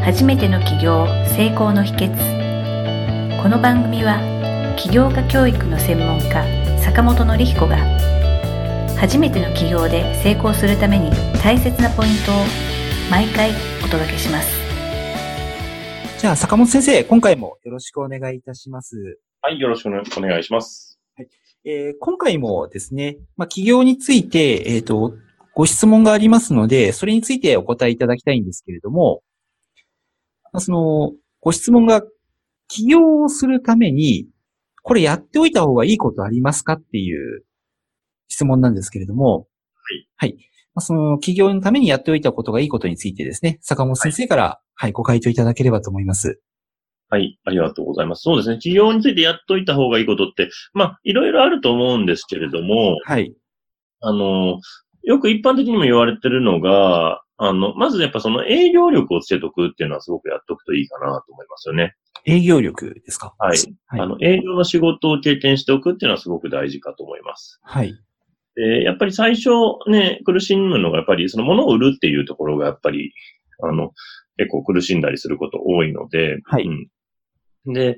初めての起業成功の秘訣。この番組は起業家教育の専門家坂本典彦が初めての起業で成功するために大切なポイントを毎回お届けします。 じゃあ坂本先生、今回もよろしくお願いいたします。 はい、よろしくお願いします。 はい。今回もですね、起業について、ご質問がありますので、それについてお答えいただきたいんですけれども、ご質問が起業をするために、これやっておいた方がいいことありますかっていう質問なんですけれども、はい。はい。起業のためにやっておいたことがいいことについてですね、坂本先生から、はい、ご回答いただければと思います。 はい、ありがとうございます。そうですね。起業についてやっといた方がいいことって、いろいろあると思うんですけれども、 はい。 よく一般的にも言われてるのが、まずやっぱその営業力をつけとくっていうのはすごくやっとくといいかなと思いますよね。 営業力ですか？ はい。 はい。 営業の仕事を経験しておくっていうのはすごく大事かと思います。 はい。 やっぱり最初ね、苦しむのがやっぱりその物を売るっていうところがやっぱり、結構苦しんだりすること多いので、 はい。 で、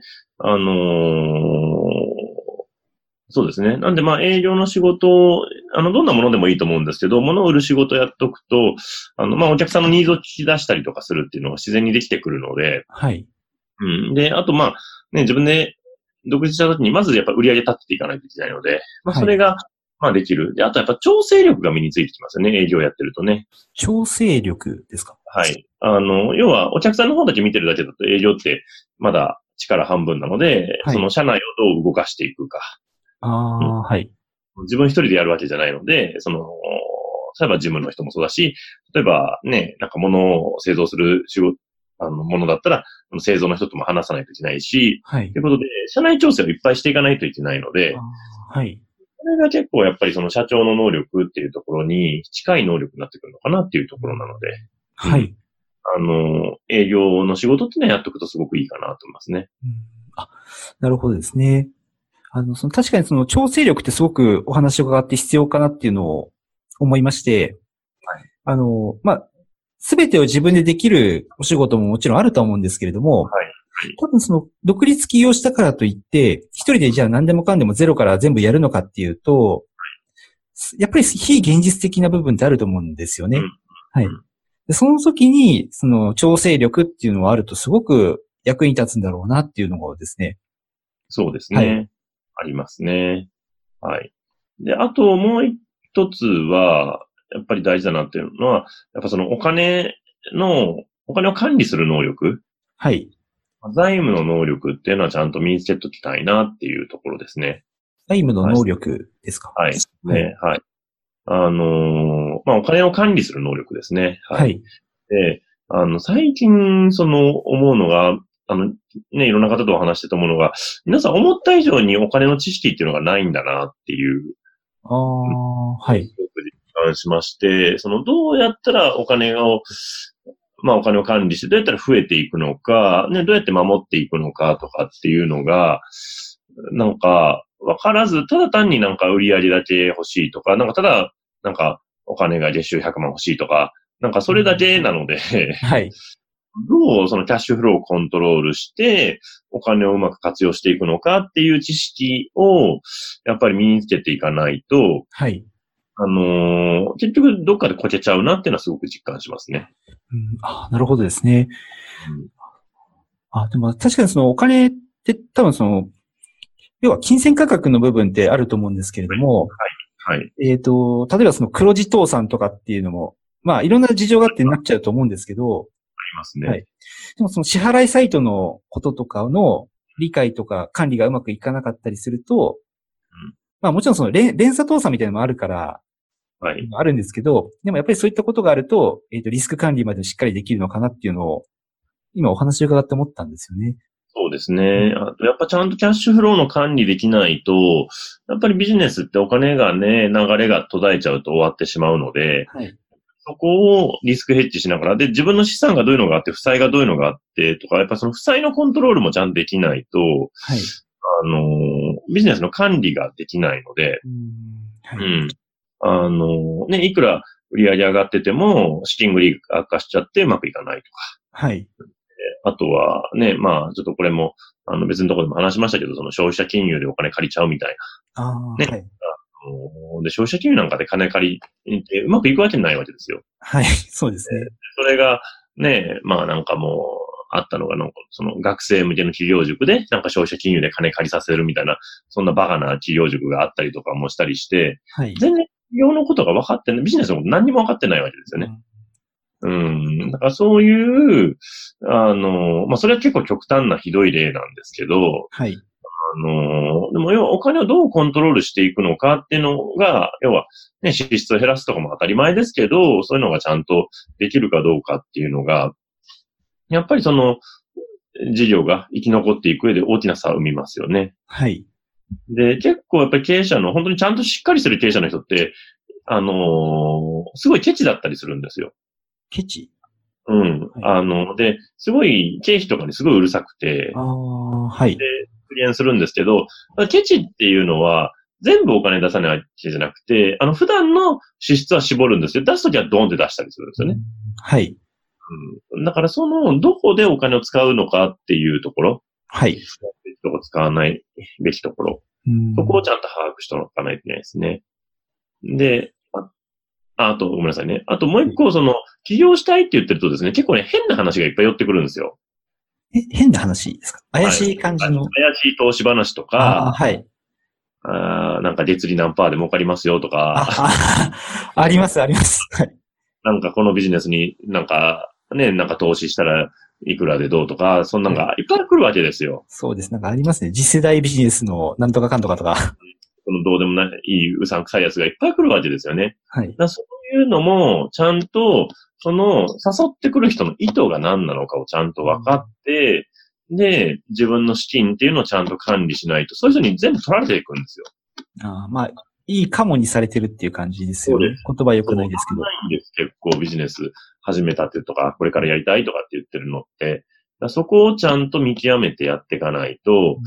そうですね。なんで営業の仕事を、どんなものでもいいと思うんですけど、物を売る仕事をやっとくと、お客さんのニーズを聞き出したりとかするっていうのが自然にできてくるので、 はい。 で、あと自分で独立した時にまずやっぱ売り上げ立てていかないといけないので、 はい。 それが、できる。で、あとやっぱ調整力が身についてきますよね。営業やってるとね。 調整力ですか？ はい。要はお客さんの方だけ見てるだけだと営業ってまだ力半分なので、 はい。 その社内をどう動かしていくか。 はい。 自分一人でやるわけじゃないので、例えば事務の人もそうだし、例えばね、物を製造する仕事、ものだったら、製造の人とも話さないといけないし、 はい。 ということで、社内調整をいっぱいしていかないといけないので、 はい。 これが結構やっぱりその社長の能力っていうところに近い能力になってくるのかなっていうところなので、 はい。 営業の仕事っていうのはやっとくとすごくいいかなと思いますね。 なるほどですね。確かにその調整力ってすごくお話を伺って必要かなっていうのを思いまして、 はい。 すべてを自分でできるお仕事ももちろんあると思うんですけれども、 はい。 多分独立起業したからといって、一人でじゃあ何でもかんでもゼロから全部やるのかっていうと、やっぱり非現実的な部分ってあると思うんですよね。はい。でその時に、調整力っていうのがあるとすごく役に立つんだろうなっていうのがですね。 そうですね。 はい。 ありますね。はい。で、あともう一つは、やっぱり大事だなっていうのは、やっぱそのお金を管理する能力、 はい。 財務の能力っていうのはちゃんと身につけときたいなっていうところですね。 財務の能力ですか？ はい。 はい。 ね、はい。お金を管理する能力ですね。はい。 はい。 で、最近、思うのが、いろんな方とお話してて思うのが、皆さん思った以上にお金の知識っていうのがないんだなっていう、 はい。 すごく実感しまして、どうやったらお金を管理して、どうやったら増えていくのか、ね、どうやって守っていくのかとかっていうのが、わからず、ただ単に売り上げだけ欲しいとか、ただ、お金が月収100万欲しいとか、それだけなので、 はい。 どうそのキャッシュフローをコントロールして、お金をうまく活用していくのかっていう知識を、やっぱり身につけていかないと、 はい。 結局どっかでこけちゃうなっていうのはすごく実感しますね。 なるほどですね。でも確かにお金って多分要は金銭価格の部分ってあると思うんですけれども、 はい。 例えば黒字倒産とかっていうのも、いろんな事情があってなっちゃうと思うんですけど、 ありますね。 はい。でも支払いサイトのこととかの理解とか管理がうまくいかなかったりすると、もちろん連鎖倒産みたいなのもあるから、 はい。 あるんですけど、でもやっぱりそういったことがあると、リスク管理までしっかりできるのかなっていうのを、今お話を伺って思ったんですよね。 そうですね。あとやっぱちゃんとキャッシュフローの管理できないと、やっぱりビジネスってお金がね、流れが途絶えちゃうと終わってしまうので、 はい。 そこをリスクヘッジしながら、で、自分の資産がどういうのがあって、負債がどういうのがあってとか、やっぱその負債のコントロールもちゃんとできないと、 はい。 ビジネスの管理ができないので、 はい。 いくら売り上げ上がってても、資金繰り悪化しちゃってうまくいかないとか。 はい。 あとはね、まあ、ちょっとこれも、別のところでも話しましたけど、その消費者金融でお金借りちゃうみたいな。ね。はい。で、消費者金融なんかで金借りてうまくいくわけないわけですよ。 はい、そうですね。 それが、ね、まあなんかもう、あったのが、なんかその学生向けの企業塾で、なんか消費者金融で金借りさせるみたいな、そんなバカな企業塾があったりとかもしたりして、はい、全然企業のことが分かってない、ビジネスのこと何にも分かってないわけですよね。だからそういう、まあそれは結構極端なひどい例なんですけど、はい。でも要はお金をどうコントロールしていくのかっていうのが、要はね、支出を減らすとかも当たり前ですけど、そういうのがちゃんとできるかどうかっていうのが、やっぱりその事業が生き残っていく上で大きな差を生みますよね。はい。で、結構やっぱり経営者の、本当にちゃんとしっかりする経営者の人って、すごいケチだったりするんですよ。 ケチ？ うん。はい、で、すごい経費とかにすごいうるさくて、はい。で、クリアするんですけど、ケチっていうのは、全部お金出さないわけじゃなくて、普段の支出は絞るんですよ。出すときはドーンって出したりするんですよね。 はい。 だからどこでお金を使うのかっていうところ。はい。使うべきところ、使わないべきところ。そこをちゃんと把握しておかないといけないですね。で、あと、ごめんなさいね。あともう一個、起業したいって言ってるとですね、結構ね、変な話がいっぱい寄ってくるんですよ。 変な話ですか？怪しい感じの。 怪しい投資話とか、はい。なんか月利何パーで儲かりますよとか。 あります、あります。はい。 なんかこのビジネスになんか投資したらいくらでどうとか、そんなのがいっぱい来るわけですよ。 そうです。なんかありますね。次世代ビジネスのなんとかかんとかとか。 どうでもない、うさんくさいやつがいっぱい来るわけですよね。はい。そういうのも、ちゃんと、誘ってくる人の意図が何なのかをちゃんと分かって、で、自分の資金っていうのをちゃんと管理しないと、そういう人に全部取られていくんですよ。 まあ、いいかもにされてるっていう感じですよね。そうです。言葉良くないですけど。 ないんです。結構ビジネス始めたってとか、これからやりたいとかって言ってるのって、そこをちゃんと見極めてやっていかないと、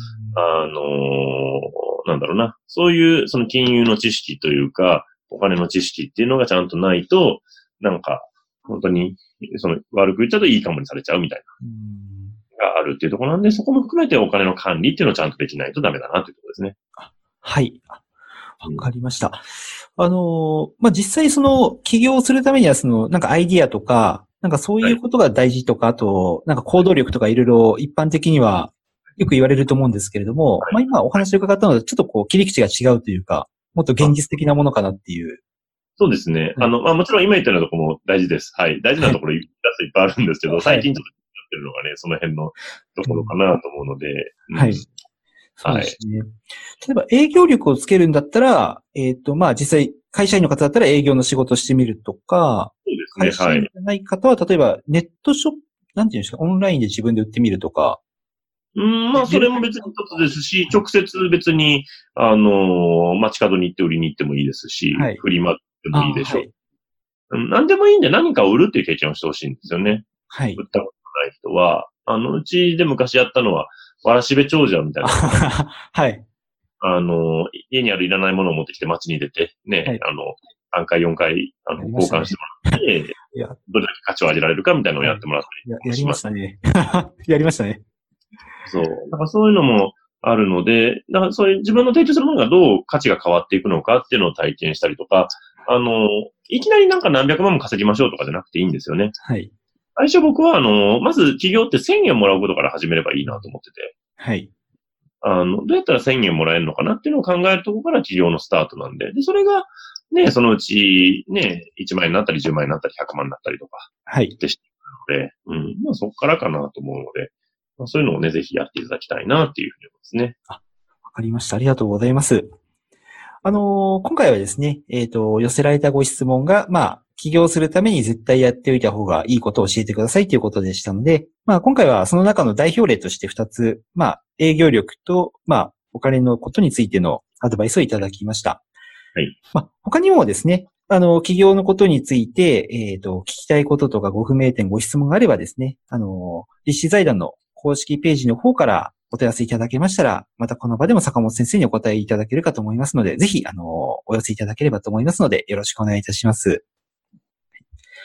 なんだろうな。そういう、金融の知識というか、お金の知識っていうのがちゃんとないと、なんか、本当に、悪く言っちゃうといいかもにされちゃうみたいな。があるっていうところなんで、そこも含めてお金の管理っていうのをちゃんとできないとダメだなっていうところですね。 はい。わかりました。実際起業するためにはなんかアイディアとか、なんかそういうことが大事とか、あと、なんか行動力とかいろいろ一般的にはよく言われると思うんですけれども、はい、今お話を伺ったので、ちょっと切り口が違うというか、もっと現実的なものかなっていう。 そうですね。はい、もちろん今言ったようなところも大事です。はい。大事なところいっぱいあるんですけど、最近ちょっとやってるのがね、その辺のところかなと思うので。 はい。そうですね。例えば営業力をつけるんだったら、実際会社員の方だったら営業の仕事をしてみるとか、そうですね。会社員じゃない方は、例えばネットショップ、なんていうんですか、オンラインで自分で売ってみるとか。 それも別に一つですし、直接別に、街角に行って売りに行ってもいいですし、はい、フリマでもいいでしょう。はい、何でもいいんで何かを売るっていう経験をしてほしいんですよね。はい。売ったことない人は、うちで昔やったのは、わらしべ長者みたいな。はい。家にあるいらないものを持ってきて街に出て、ね、はい、3回、4回、交換してもらって、どれだけ価値を上げられるかみたいなのをやってもらったりやりましたね。やりましたね。 そう。だからそういうのもあるので、だからそういう自分の提供するものがどう価値が変わっていくのかっていうのを体験したりとか、いきなりなんか何百万も稼ぎましょうとかじゃなくていいんですよね。はい。最初僕はまず企業って1000円もらうことから始めればいいなと思ってて。はい。どうやったら1000円もらえるのかなっていうのを考えるところから企業のスタートなんで。で、それが、ね、そのうち、ね、1万円になったり10万円になったり100万になったりとか。はい。ってしていくので、そこからかなと思うので、そういうのをね、ぜひやっていただきたいなっていうふうに思いますね。 わかりました。ありがとうございます。今回はですね、寄せられたご質問が、起業するために絶対やっておいた方がいいことを教えてくださいということでしたので、今回はその中の代表例として2つ、営業力と、お金のことについてのアドバイスをいただきました。はい。他にもですね、起業のことについて、聞きたいこととかご不明点、ご質問があればですね、立志財団の公式ページの方からお問い合わせいただけましたら、またこの場でも坂本先生にお答えいただけるかと思いますので、ぜひ、お寄せいただければと思いますので、よろしくお願いいたします。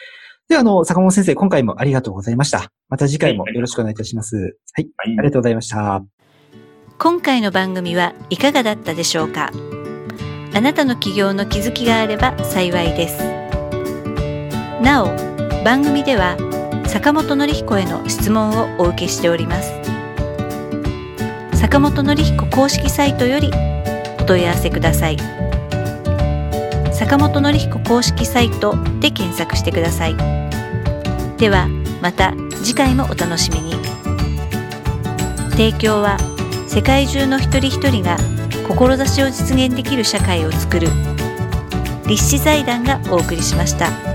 では、坂本先生、今回もありがとうございました。また次回もよろしくお願いいたします。はい。ありがとうございました。 今回の番組はいかがだったでしょうか。あなたの起業の気づきがあれば幸いです。なお、番組では坂本典彦への質問をお受けしております。坂本典彦公式サイトよりお問い合わせください。坂本典彦公式サイトで検索してください。ではまた次回もお楽しみに。提供は世界中の一人一人が志を実現できる社会を作る立志財団がお送りしました。